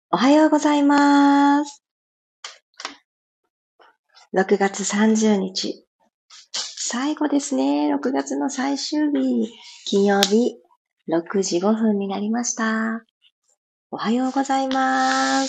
おはようございます。6月30日。最後ですね。6月の最終日。金曜日、6時5分になりました。おはようございます。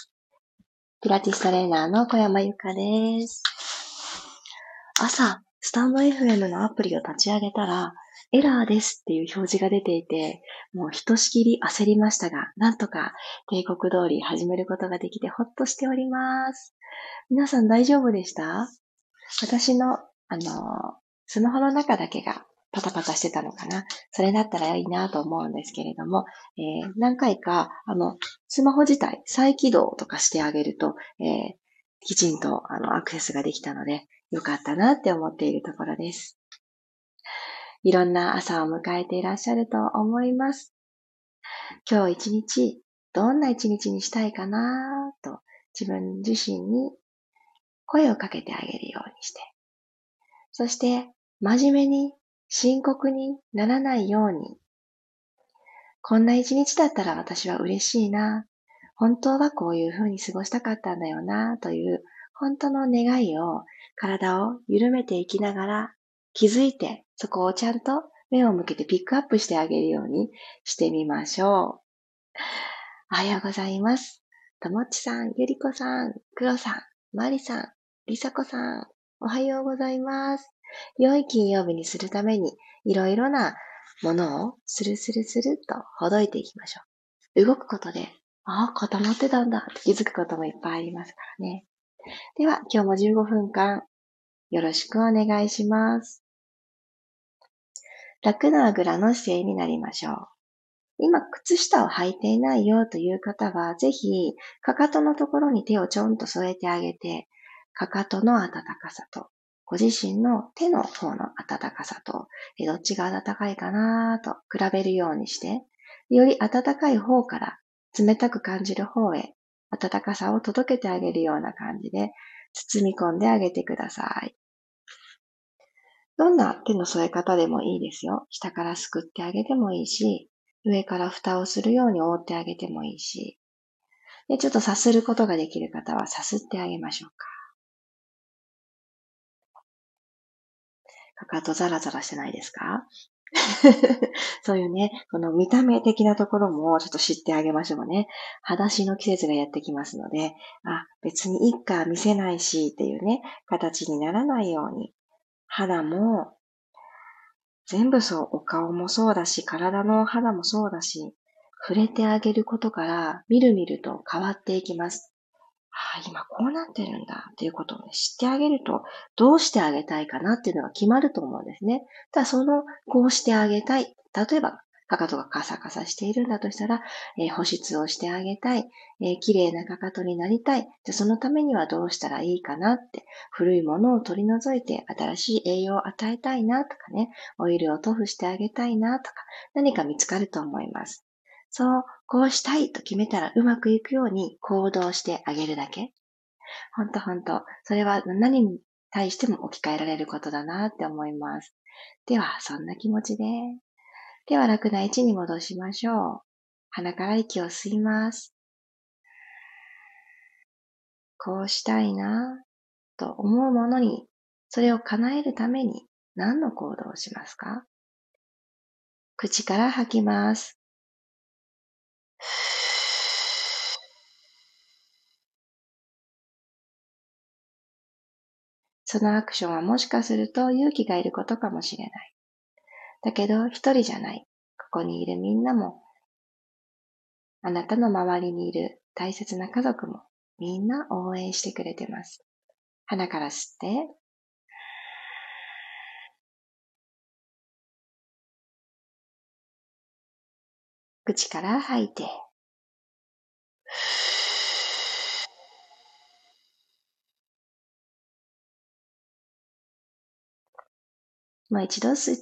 ピラティストレーナーの小山由かです。朝、スタンド FM のアプリを立ち上げたら、エラーですっていう表示が出ていて、もうひとしきり焦りましたが、なんとか定刻通り始めることができてほっとしております。皆さん大丈夫でした？私の、スマホの中だけがパタパタしてたのかな。それだったらいいなと思うんですけれども、何回か、スマホ自体再起動とかしてあげると、きちんと、アクセスができたので、よかったなって思っているところです。いろんな朝を迎えていらっしゃると思います。今日一日、どんな一日にしたいかなと、自分自身に声をかけてあげるようにして、そして、真面目に、深刻にならないように、こんな一日だったら私は嬉しいな、本当はこういう風に過ごしたかったんだよな、という、本当の願いを、体を緩めていきながら、気づいて、そこをちゃんと目を向けてピックアップしてあげるようにしてみましょう。おはようございます。ともっちさん、ゆりこさん、くろさん、まりさん、りさこさん、おはようございます。良い金曜日にするために、いろいろなものをスルスルスルっとほどいていきましょう。動くことで、固まってたんだって気づくこともいっぱいありますからね。では、今日も15分間、よろしくお願いします。楽なあぐらの姿勢になりましょう。今、靴下を履いていないよという方は、ぜひ、かかとのところに手をちょんと添えてあげて、かかとの温かさと、ご自身の手の方の温かさと、どっちが温かいかなと比べるようにして、より温かい方から冷たく感じる方へ、温かさを届けてあげるような感じで、包み込んであげてください。どんな手の添え方でもいいですよ。下からすくってあげてもいいし、上から蓋をするように覆ってあげてもいいし、で、ちょっとさすることができる方はさすってあげましょうか。かかとザラザラしてないですか？そういうね、この見た目的なところもちょっと知ってあげましょうね。裸足の季節がやってきますので、別にいっか見せないしっていうね、形にならないように、肌も全部そう、お顔もそうだし、体の肌もそうだし、触れてあげることから、みるみると変わっていきます。今こうなってるんだっていうことをね、知ってあげると、どうしてあげたいかなっていうのが決まると思うんですね。ただこうしてあげたい。例えば、かかとがカサカサしているんだとしたら、保湿をしてあげたい。綺麗なかかとになりたい。じゃそのためにはどうしたらいいかなって、古いものを取り除いて新しい栄養を与えたいなとかね、オイルを塗布してあげたいなとか、何か見つかると思います。こうしたいと決めたらうまくいくように行動してあげるだけ。ほんと。それは何に対しても置き換えられることだなって思います。では、そんな気持ちで。では、楽な位置に戻しましょう。鼻から息を吸います。こうしたいなと思うものに、それを叶えるために何の行動をしますか？口から吐きます。そのアクションはもしかすると勇気がいることかもしれない。だけど一人じゃない。ここにいるみんなも、あなたの周りにいる大切な家族もみんな応援してくれてます。鼻から吸って、口から吐いて、もう一度吸って、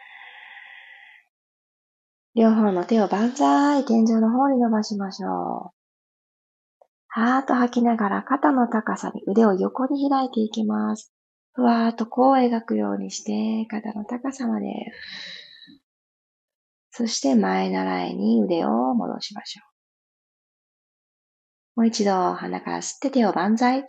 両方の手を万歳、天井の方に伸ばしましょう。はーっと吐きながら肩の高さに腕を横に開いていきます。ふわーっと弧を描くようにして肩の高さまで。そして前習いに腕を戻しましょう。 もう一度鼻から吸って手を万歳。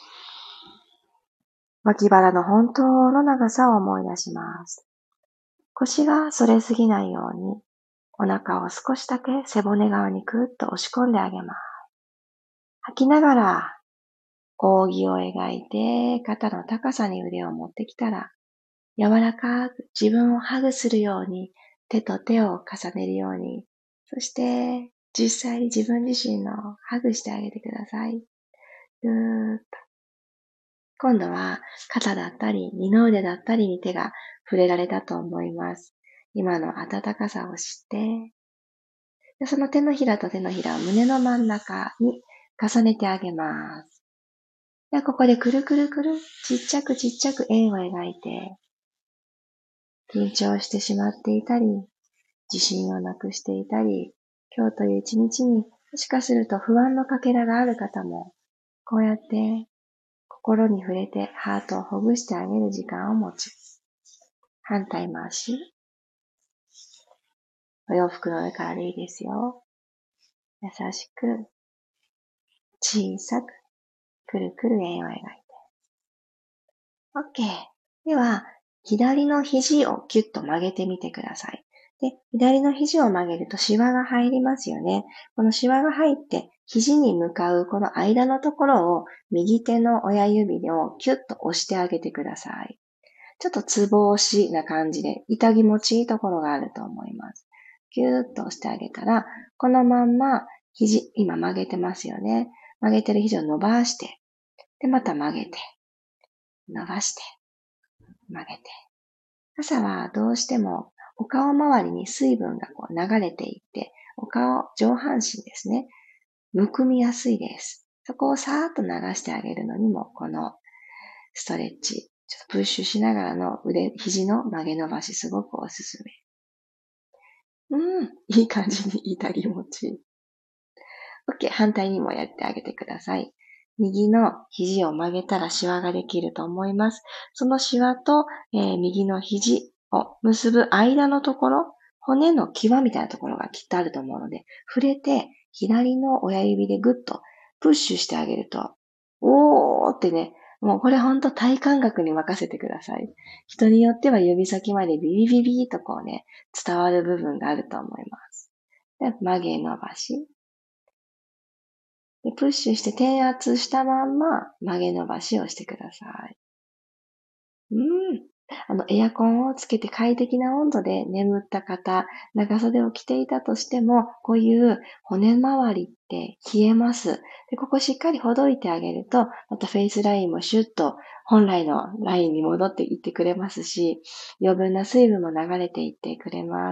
脇腹の本当の長さを思い出します。腰が反れすぎないように、お腹を少しだけ背骨側にぐっと押し込んであげます。吐きながら、扇を描いて、肩の高さに腕を持ってきたら、柔らかく自分をハグするように、手と手を重ねるように、そして実際に自分自身のハグしてあげてください。ぐーっと。今度は肩だったり二の腕だったりに手が触れられたと思います。今の温かさを知って、その手のひらと手のひらを胸の真ん中に重ねてあげます。ではここでくるくるくる、ちっちゃくちっちゃく円を描いて、緊張してしまっていたり、自信をなくしていたり、今日という一日にもしかすると不安のかけらがある方も、こうやって心に触れてハートをほぐしてあげる時間を持つ。反対回し。お洋服の上からでいいですよ。優しく、小さく、くるくる円を描いて。OK。では、左の肘をキュッと曲げてみてください。で、左の肘を曲げるとシワが入りますよね。このシワが入って肘に向かうこの間のところを右手の親指をキュッと押してあげてください。ちょっとつぼ押しな感じで痛気持ちいいところがあると思います。キューッと押してあげたら、このまんま肘、今曲げてますよね。曲げてる肘を伸ばして、で、また曲げて、伸ばして、曲げて。朝はどうしてもお顔周りに水分がこう流れていって、お顔、上半身ですね、むくみやすいです。そこをさーっと流してあげるのにも、このストレッチ、ちょっとプッシュしながらの肘の曲げ伸ばしすごくおすすめ。いい感じに痛気持ちいい。OK、反対にもやってあげてください。右の肘を曲げたらシワができると思います。そのシワと、右の肘を結ぶ間のところ、骨の際みたいなところがきっとあると思うので、触れて左の親指でぐっとプッシュしてあげると、おーってね、もうこれほんと体感覚に任せてください。人によっては指先までビビビビーとこうね、伝わる部分があると思います。で曲げ伸ばし。でプッシュして転圧したまんま曲げ伸ばしをしてください。エアコンをつけて快適な温度で眠った方、長袖を着ていたとしても、こういう骨周りって冷えます。で、ここしっかりほどいてあげると、またフェイスラインもシュッと本来のラインに戻っていってくれますし、余分な水分も流れていってくれます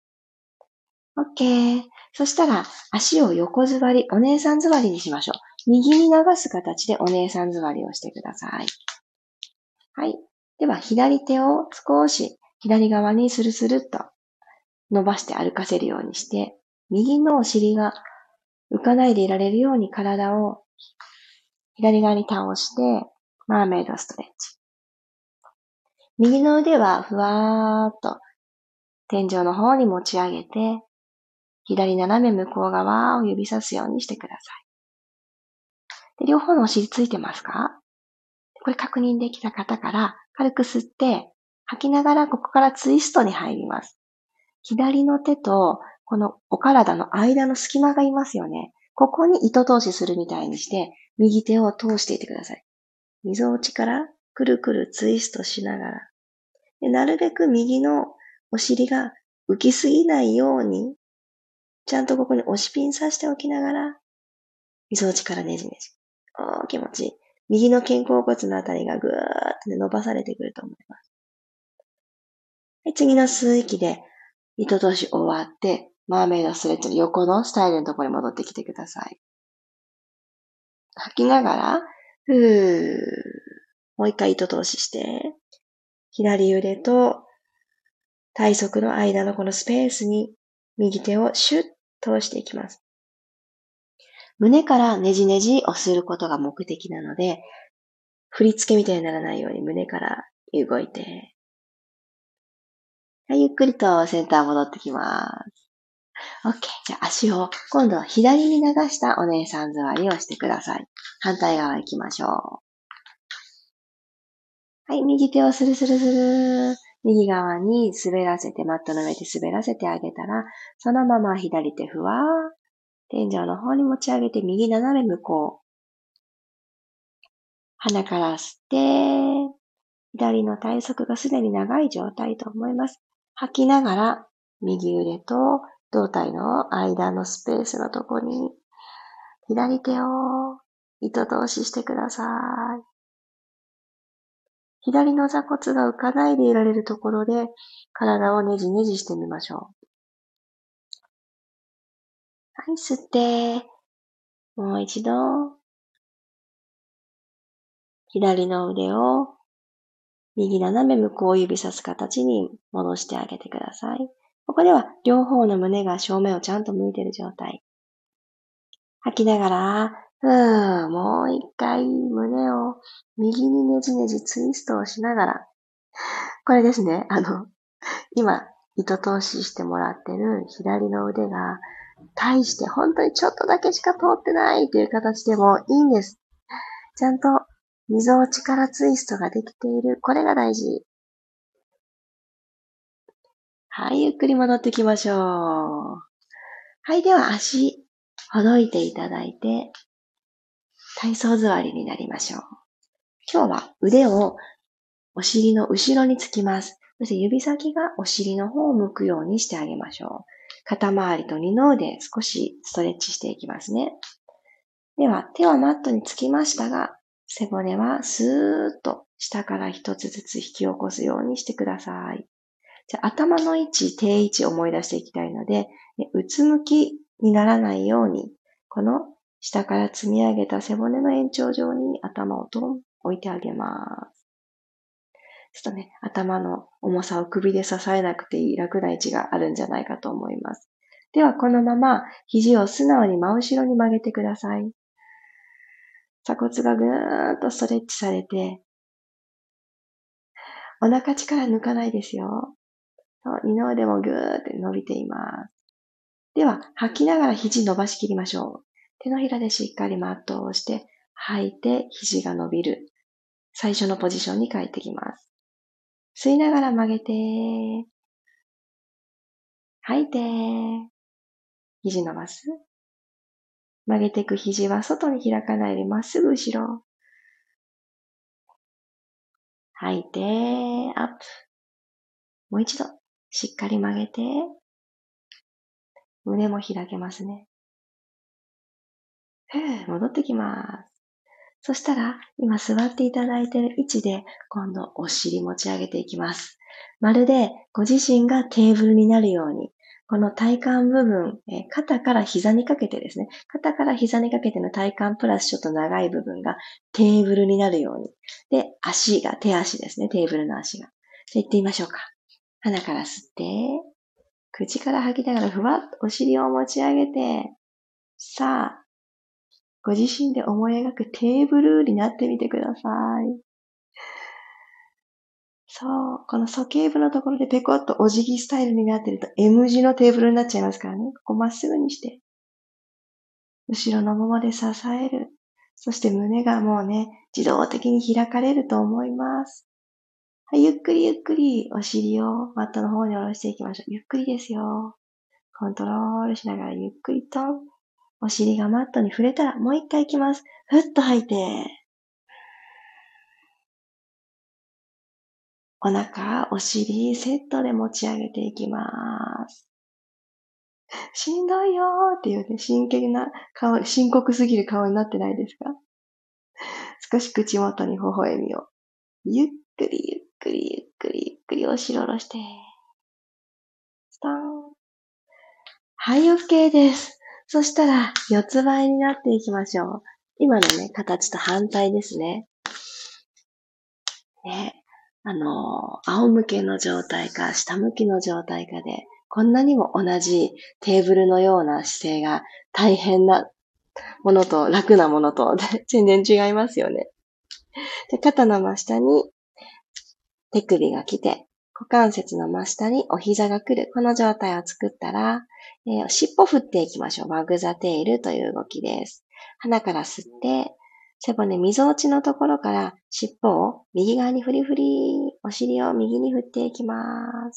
。OK。そしたら、足を横座り、お姉さん座りにしましょう。右に流す形でお姉さん座りをしてください。はい。では、左手を少し左側にスルスルっと伸ばして歩かせるようにして、右のお尻が浮かないでいられるように体を左側に倒して、マーメイドストレッチ。右の腕はふわーっと天井の方に持ち上げて、左斜め向こう側を指さすようにしてください。で両方のお尻ついてますか？これ確認できた方から軽く吸って吐きながらここからツイストに入ります。左の手とこのお体の間の隙間がいますよね。ここに糸通しするみたいにして右手を通していってください。溝落ちからくるくるツイストしながら。でなるべく右のお尻が浮きすぎないようにちゃんとここに押しピン刺しておきながら溝落ちからねじねじ。気持ちいい。右の肩甲骨のあたりがぐーっと、ね、伸ばされてくると思います。はい、次の吸う息で糸通し終わって、マーメイドストレッチの横のスタイルのところに戻ってきてください。吐きながら、もう一回糸通しして、左腕と体側の間のこのスペースに右手をシュッと通していきます。胸からねじねじをすることが目的なので、振り付けみたいにならないように胸から動いて、はい、ゆっくりとセンター戻ってきます。 OK。じゃあ足を今度は左に流したお姉さん座りをしてください。反対側行きましょう。はい、右手をスルスルスル。右側に滑らせて、マットの上で滑らせてあげたら、そのまま左手ふわー。天井の方に持ち上げて、右斜め向こう。鼻から吸って、左の体側がすでに長い状態と思います。吐きながら、右腕と胴体の間のスペースのとこに、左手を糸通ししてください。左の座骨が浮かないでいられるところで、体をねじねじしてみましょう。はい、吸って、もう一度、左の腕を右斜め向こう指さす形に戻してあげてください。ここでは両方の胸が正面をちゃんと向いている状態。吐きながら、もう一回胸を右にねじねじツイストをしながら、これですね、今、糸通ししてもらってる左の腕が、対して本当にちょっとだけしか通ってないという形でもいいんです。ちゃんと溝落ちからツイストができている。これが大事。はい、ゆっくり戻ってきましょう。はい、では足、ほどいていただいて、体操座りになりましょう。今日は腕をお尻の後ろにつきます。そして指先がお尻の方を向くようにしてあげましょう。肩周りと二の腕少しストレッチしていきますね。では、手はマットにつきましたが、背骨はスーッと下から一つずつ引き起こすようにしてください。じゃあ、頭の位置、定位置を思い出していきたいので、うつむきにならないように、この下から積み上げた背骨の延長上に頭を置いてあげます。ちょっとね、頭の重さを首で支えなくていい楽な位置があるんじゃないかと思います。では、このまま肘を素直に真後ろに曲げてください。鎖骨がぐーっとストレッチされて、お腹力抜かないですよ。二の腕もぐーって伸びています。では、吐きながら肘伸ばしきりましょう。手のひらでしっかりマットを押して、吐いて肘が伸びる。最初のポジションに帰ってきます。吸いながら曲げて、吐いて、肘伸ばす。曲げていく肘は外に開かないでまっすぐ後ろ。吐いて、アップ。もう一度、しっかり曲げて、胸も開けますね。戻ってきます。そしたら、今座っていただいている位置で、今度お尻持ち上げていきます。まるでご自身がテーブルになるように、この体幹部分、肩から膝にかけてですね、肩から膝にかけての体幹プラスちょっと長い部分がテーブルになるように。で、手足ですね、テーブルの足が。じゃあ行ってみましょうか。鼻から吸って、口から吐きながらふわっとお尻を持ち上げて、さあ、ご自身で思い描くテーブルになってみてください。そう。この鼠径部のところでペコッとお辞儀スタイルになってると M 字のテーブルになっちゃいますからね。ここまっすぐにして。後ろのももで支える。そして胸がもうね、自動的に開かれると思います。はい、ゆっくりゆっくりお尻をマットの方に下ろしていきましょう。ゆっくりですよ。コントロールしながらゆっくりとお尻がマットに触れたらもう一回いきます。ふっと吐いて。お腹、お尻、セットで持ち上げていきます。しんどいよーっていうね、真剣な顔、深刻すぎる顔になってないですか？少し口元に微笑みを。ゆっくりゆっくりゆっくりゆっくりお尻下ろして。スタン。はい、OK です。そしたら、四つ倍になっていきましょう。今のね、形と反対ですね。ね。仰向けの状態か、下向きの状態かで、こんなにも同じテーブルのような姿勢が大変なものと楽なものと全然違いますよね。で、肩の真下に手首が来て、 股関節の真下にお膝が来る。この状態を作ったら、尻尾振っていきましょう。ワグザテールという動きです。鼻から吸って、背骨、溝落ちのところから尻尾を右側にフリフリ、お尻を右に振っていきます。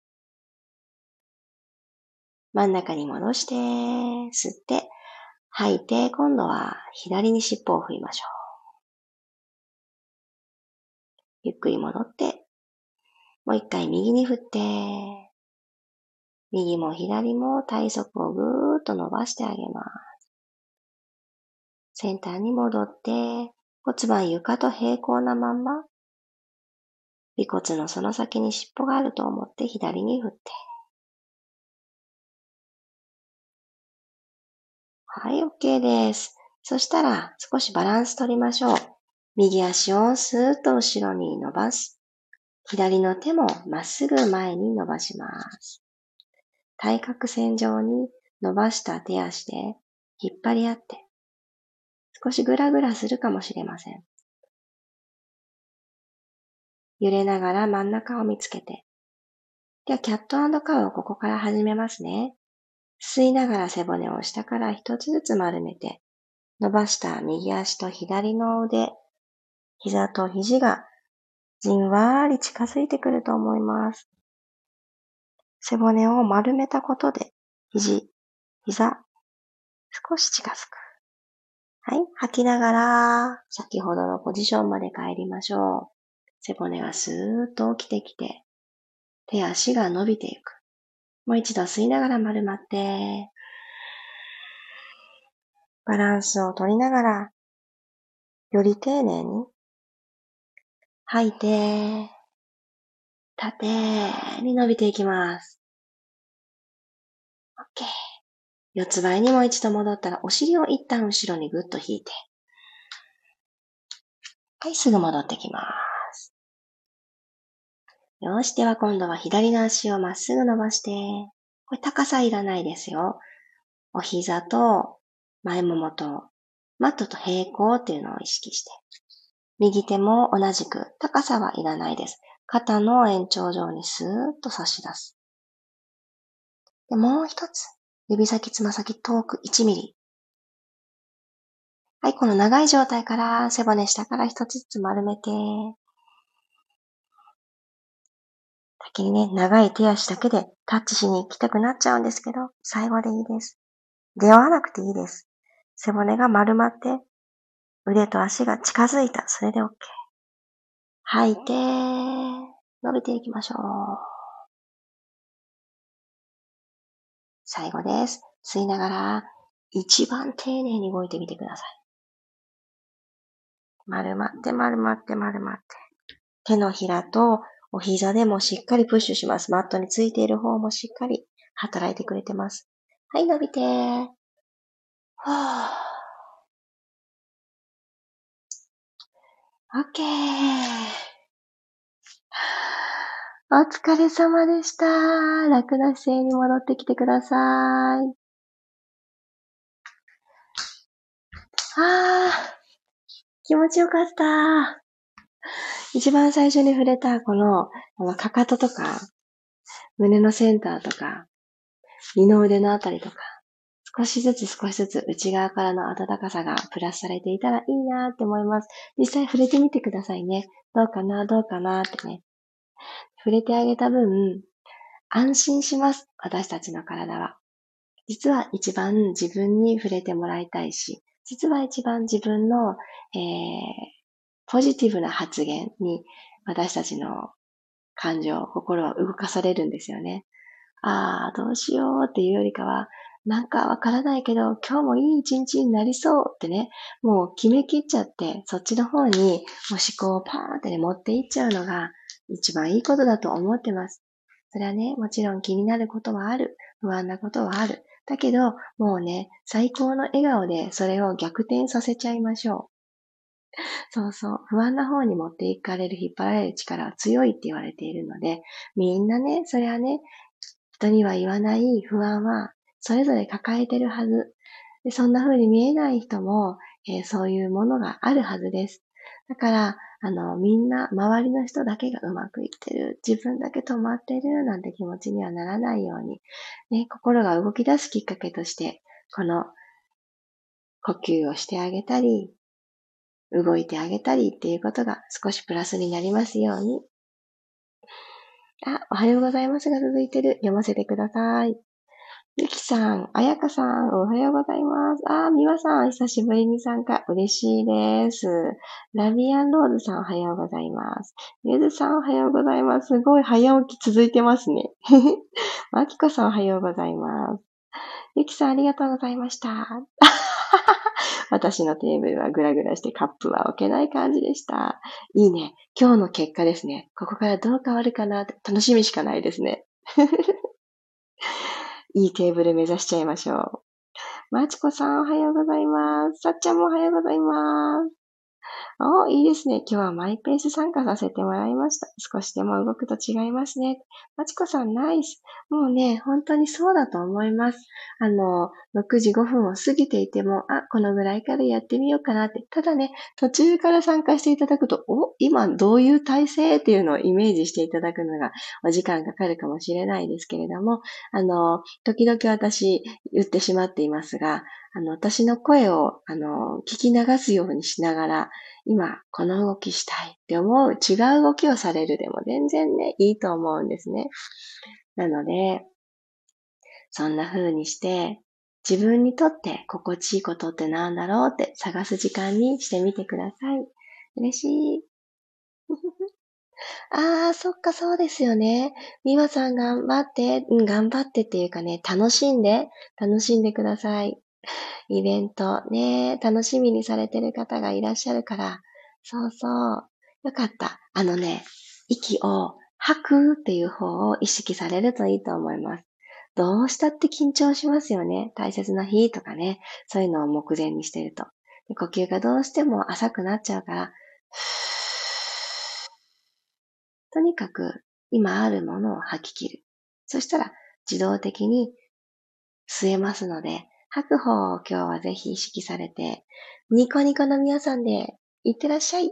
真ん中に戻して、吸って、吐いて、今度は左に尻尾を振りましょう。ゆっくり戻って、もう一回右に振って、右も左も体側をぐーっと伸ばしてあげます。センターに戻って、骨盤床と平行なまんま、尾骨のその先に尻尾があると思って左に振って。はい、OK です。そしたら少しバランス取りましょう。右足をスーッと後ろに伸ばす。左の手もまっすぐ前に伸ばします。対角線上に伸ばした手足で引っ張り合って、少しグラグラするかもしれません。揺れながら真ん中を見つけて。では、キャット&カウをここから始めますね。吸いながら背骨を下から一つずつ丸めて、伸ばした右足と左の腕、膝と肘がじんわり近づいてくると思います。背骨を丸めたことで、肘、膝、少し近づく。はい。吐きながら、先ほどのポジションまで帰りましょう。背骨がスーッと起きてきて、手足が伸びていく。もう一度吸いながら丸まって、バランスを取りながら、より丁寧に、吐いて、縦に伸びていきます。OK。四つ倍にもう一度戻ったら、お尻を一旦後ろにぐっと引いて。はい、すぐ戻ってきます。よし、では今度は左の足をまっすぐ伸ばして、これ高さいらないですよ。お膝と前ももとマットと平行っていうのを意識して。右手も同じく高さはいらないです。肩の延長上にスーッと差し出す。でもう一つ、指先つま先遠く1ミリ。はい、この長い状態から背骨下から一つずつ丸めて、先にね、長い手足だけでタッチしに行きたくなっちゃうんですけど、最後でいいです。出会わなくていいです。背骨が丸まって、腕と足が近づいた。それで OK。吐いて、伸びていきましょう。最後です。吸いながら、一番丁寧に動いてみてください。丸まって、丸まって、丸まって。手のひらとお膝でもしっかりプッシュします。マットについている方もしっかり働いてくれてます。はい、伸びて。OK。お疲れ様でした。楽な姿勢に戻ってきてください。気持ちよかった。一番最初に触れたこのかかととか、胸のセンターとか、二の腕のあたりとか、少しずつ内側からの温かさがプラスされていたらいいなって思います。実際触れてみてくださいね。どうかなってね。触れてあげた分、安心します。私たちの体は。実は一番自分に触れてもらいたいし、実は一番自分の、ポジティブな発言に私たちの感情、心は動かされるんですよね。どうしようっていうよりかは、なんかわからないけど、今日もいい一日になりそうってね、もう決めきっちゃって、そっちの方にもう思考をパーンってね、持っていっちゃうのが一番いいことだと思ってます。それはね、もちろん気になることはある。不安なことはある。だけど、もうね、最高の笑顔でそれを逆転させちゃいましょう。そうそう。不安な方に持っていかれる、引っ張られる力は強いって言われているので、みんなね、それはね、人には言わない不安は、それぞれ抱えてるはず。でそんな風に見えない人も、そういうものがあるはずです。だから、 みんな、周りの人だけがうまくいってる、自分だけ止まってるなんて気持ちにはならないように、ね、心が動き出すきっかけとして、この呼吸をしてあげたり、動いてあげたりっていうことが少しプラスになりますように。おはようございますが続いてる。読ませてください。ゆきさん、あやかさん、おはようございます。みわさん、久しぶりに参加。嬉しいです。ラビアンローズさん、おはようございます。ゆずさん、おはようございます。すごい早起き続いてますね。まきこさん、おはようございます。ゆきさん、ありがとうございました。私のテーブルはグラグラしてカップは置けない感じでした。いいね。今日の結果ですね。ここからどう変わるかなって楽しみしかないですね。いいテーブル目指しちゃいましょう。まちこさんおはようございます。さっちゃんもおはようございます。いいですね。今日はマイペース参加させてもらいました。少しでも動くと違いますね。まちこさんナイス。もうね、本当にそうだと思います。6時5分を過ぎていても、このぐらいからやってみようかなって。ただね、途中から参加していただくと、今どういう体勢っていうのをイメージしていただくのがお時間かかるかもしれないですけれども、時々私言ってしまっていますが、私の声を、聞き流すようにしながら、今、この動きしたいって思う違う動きをされるでも全然ね、いいと思うんですね。なので、そんな風にして、自分にとって心地いいことってなんだろうって探す時間にしてみてください。嬉しい。そっか、そうですよね。みわさん頑張って、頑張ってっていうかね、楽しんでください。イベントね、楽しみにされてる方がいらっしゃるから、そうそう。よかった。息を吐くっていう方を意識されるといいと思います。どうしたって緊張しますよね。大切な日とかね。そういうのを目前にしてると。で呼吸がどうしても浅くなっちゃうから、とにかく今あるものを吐き切る。そしたら自動的に吸えますので、吐く方を今日はぜひ意識されて、ニコニコの皆さんで、いってらっしゃい。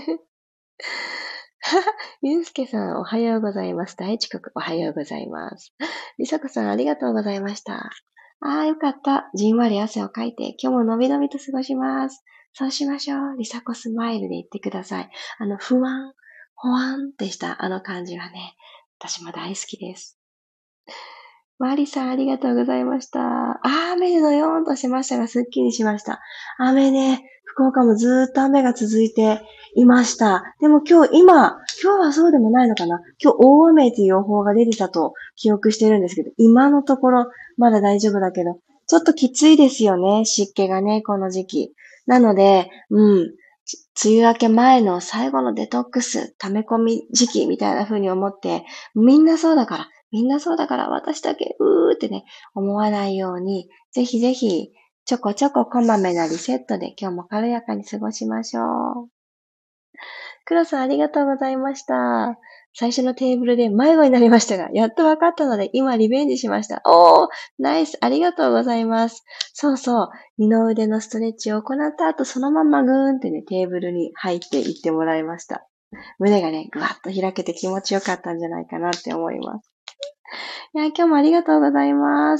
ゆうすけさん、おはようございます。第一国、おはようございます。りさこさん、ありがとうございました。よかった。じんわり汗をかいて、今日ものびのびと過ごします。そうしましょう。りさこスマイルで言ってください。不安、ほわんってしたあの感じはね、私も大好きです。マリさん、ありがとうございました。雨でのよーんとしましたが、すっきりしました。雨ね、福岡もずーっと雨が続いていました。でも今日はそうでもないのかな。今日大雨っていう予報が出てたと記憶してるんですけど、今のところまだ大丈夫だけど、ちょっときついですよね、湿気がね、この時期。なので、梅雨明け前の最後のデトックス、溜め込み時期みたいな風に思って、みんなそうだから私だけってね、思わないように、ぜひぜひ、ちょこちょここまめなリセットで今日も軽やかに過ごしましょう。黒さんありがとうございました。最初のテーブルで迷子になりましたが、やっと分かったので今リベンジしました。ナイスありがとうございます。そうそう。二の腕のストレッチを行った後、そのままぐーんってね、テーブルに入っていってもらいました。胸がね、ぐわっと開けて気持ちよかったんじゃないかなって思います。今日もありがとうございます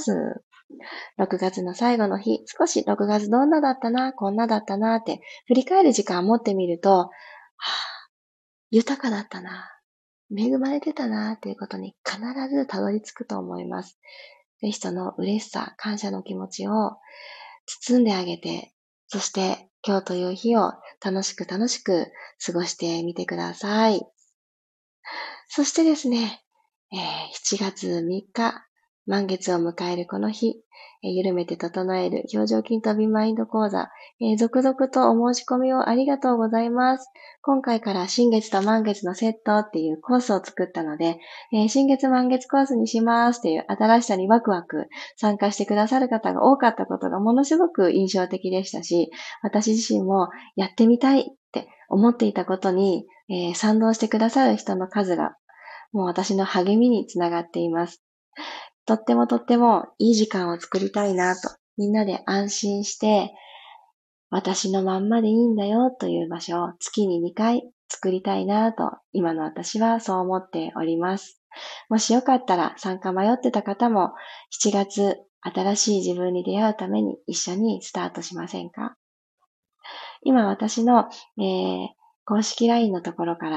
。6月の最後の日、少し6月どんなだったな、こんなだったなって振り返る時間を持ってみると、豊かだったな、恵まれてたなっていうことに必ずたどり着くと思います。ぜひその嬉しさ、感謝の気持ちを包んであげて、そして今日という日を楽しく過ごしてみてください。そしてですね、7月3日、満月を迎えるこの日、緩めて整える表情筋飛びマインド講座、続々とお申し込みをありがとうございます。今回から新月と満月のセットっていうコースを作ったので、新月満月コースにしますっていう新しさにワクワク参加してくださる方が多かったことがものすごく印象的でしたし、私自身もやってみたいって思っていたことに、賛同してくださる人の数がもう私の励みにつながっています。とってもいい時間を作りたいなと、みんなで安心して、私のまんまでいいんだよという場所を月に2回作りたいなと、今の私はそう思っております。もしよかったら参加迷ってた方も、7月、新しい自分に出会うために一緒にスタートしませんか？今私の、公式 LINE のところから、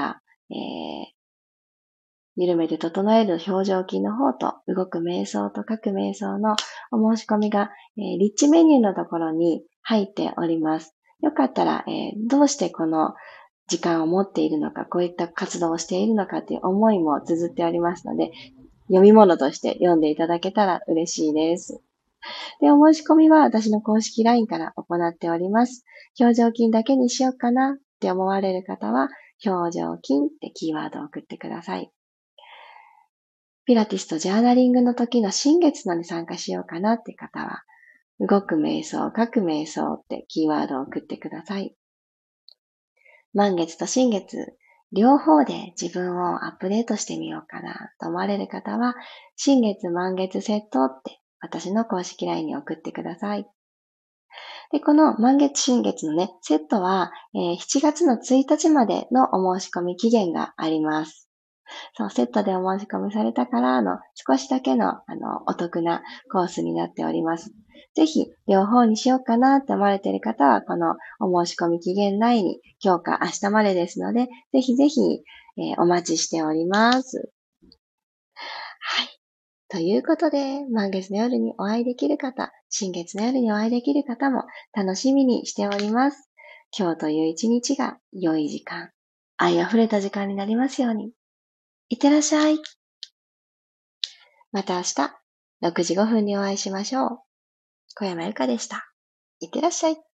緩めて整える表情筋の方と動く瞑想と書く瞑想のお申し込みが、リッチメニューのところに入っております。よかったら、どうしてこの時間を持っているのか、こういった活動をしているのかという思いも綴っておりますので、読み物として読んでいただけたら嬉しいです。で、お申し込みは私の公式 LINE から行っております。表情筋だけにしようかなって思われる方は、表情筋ってキーワードを送ってください。ピラティスとジャーナリングの時の新月のに参加しようかなって方は、動く瞑想、書く瞑想ってキーワードを送ってください。満月と新月、両方で自分をアップデートしてみようかなと思われる方は、新月満月セットって私の公式 LINE に送ってください。で、この満月新月のね、セットは、7月の1日までのお申し込み期限があります。そう、セットでお申し込みされたから、少しだけの、お得なコースになっております。ぜひ、両方にしようかなって思われている方は、このお申し込み期限内に、今日か明日までですので、ぜひぜひ、お待ちしております。はい。ということで、満月の夜にお会いできる方、新月の夜にお会いできる方も楽しみにしております。今日という一日が良い時間、愛あふれた時間になりますように。いってらっしゃい。また明日、6時5分にお会いしましょう。小山由かでした。いってらっしゃい。